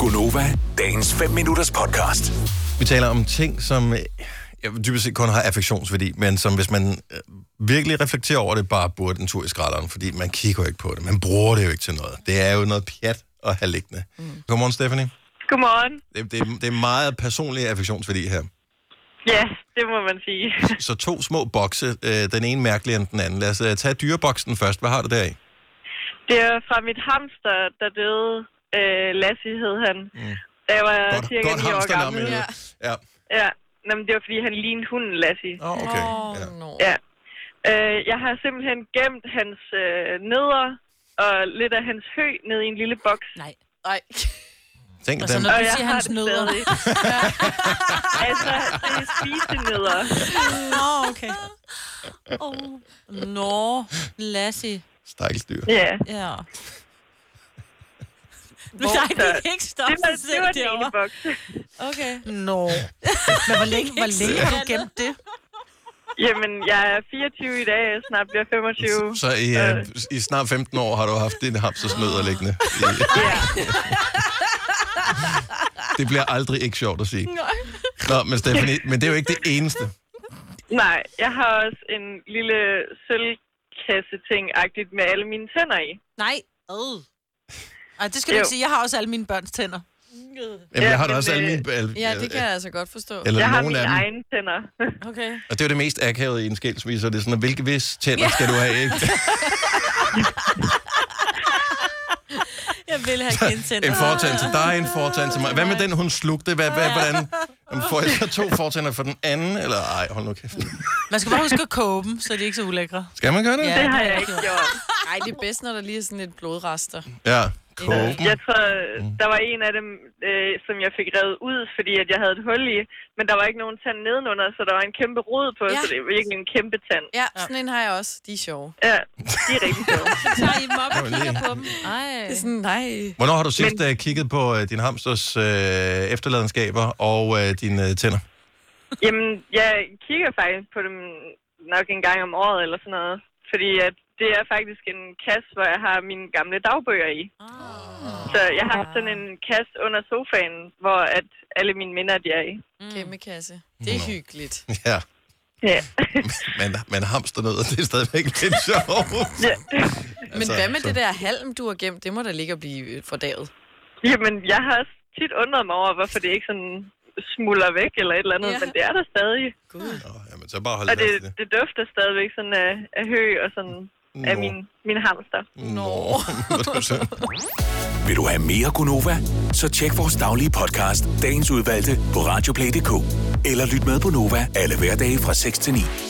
Gunova, dagens 5 minutters podcast. Vi taler om ting, som dybest set kun har affektionsværdi, men som hvis man virkelig reflekterer over det, bare burde en tur i skralderen, fordi man kigger jo ikke på det. Man bruger det jo ikke til noget. Det er jo noget pjat at have liggende. Godmorgen, Stephanie. Godmorgen. Det er meget personlig affektionsværdi her. Ja, det må man sige. Så 2 små bokse, den ene mærkeligere end den anden. Lad os tage dyreboksen først. Hvad har du der i? Det er fra mit hamster, der døde. Lassie hed han. Da jeg var cirka 9 år gammel. Ja. Jamen, det var fordi, han lignede hunden Lassie. Okay. Ja. Jeg har simpelthen gemt hans nødder og lidt af hans hø ned i en lille boks. Nej. Tænk Altså, dem. når Og du jeg siger har hans det nødder. stadig. Altså, det er spisenødder. Okay. Nå, Lassie. Stakkels dyr. Ja. Ja. Nej, det kan ikke stoppe Det var den ene boks. Okay. Nå. Men hvor længe har du gemt det? Jamen, jeg er 24 i dag, jeg snart bliver 25. Så i snart 15 år har du haft din hamstersnødder liggende. Ja. Det bliver aldrig ikke sjovt at sige. Nå, men Stephanie, men det er jo ikke det eneste. Nej, jeg har også en lille sølvkasse-ting-agtigt med alle mine tænder i. Nej. Ej, det skal du ikke sige. Jeg har også alle mine børns tænder. Jamen, jeg har da også alle mine... Ja, det kan jeg altså godt forstå. Eller Jeg har nogen mine af dem. egne tænder. Okay. Og det er jo det mest akavede i en skilsmisse, og det er sådan, at hvilke vis tænder skal du have, ikke? Jeg vil have kindtænder. En fortand til dig, en fortand til mig. Hvad med den, hun slugte? Hvordan? Får jeg så 2 fortænder for den anden? Eller ej, hold nu kæft. Man skal bare huske at koge dem, så de er ikke så ulækre. Skal man gøre det? Ja. Det har jeg ikke gjort. Ej, det er bedst, når der lige er sådan et blodrester. Ja, koge dem. Jeg tror, der var en af dem, som jeg fik revet ud, fordi at jeg havde et hul i. Men der var ikke nogen tand nedenunder, så der var en kæmpe rod på, så det var virkelig en kæmpe tand. Ja, sådan en har jeg også. De er sjove. Ja, de er rigtig sjove. Så tager I dem op og kigger på dem. Ej. Det er sådan, nej. Hvornår har du sidst kigget på din hamsters efterladenskaber og dine tænder? Jamen, jeg kigger faktisk på dem nok en gang om året eller sådan noget. Fordi at det er faktisk en kasse, hvor jeg har mine gamle dagbøger i. Så jeg har sådan en kasse under sofaen, hvor at alle mine minder de er i. Kæmpe kasse. Det er hyggeligt. Ja, Ja. men hamsternødder, det er stadigvæk lidt sjovt. Ja. Men hvad med det der halm, du har gemt? Det må da ligge at blive fordavet. Jamen, jeg har også tit undret mig over, hvorfor det ikke sådan smuldrer væk eller et eller andet, men det er der stadig. Gud. Jamen, så bare hold Og fast i det. det dufter stadigvæk sådan af hø og sådan af min hamster. Vil du have mere Gunova? Så tjek vores daglige podcast, dagens udvalgte, på radioplay.dk. Eller lyt med på Nova alle hverdage fra 6 til 9.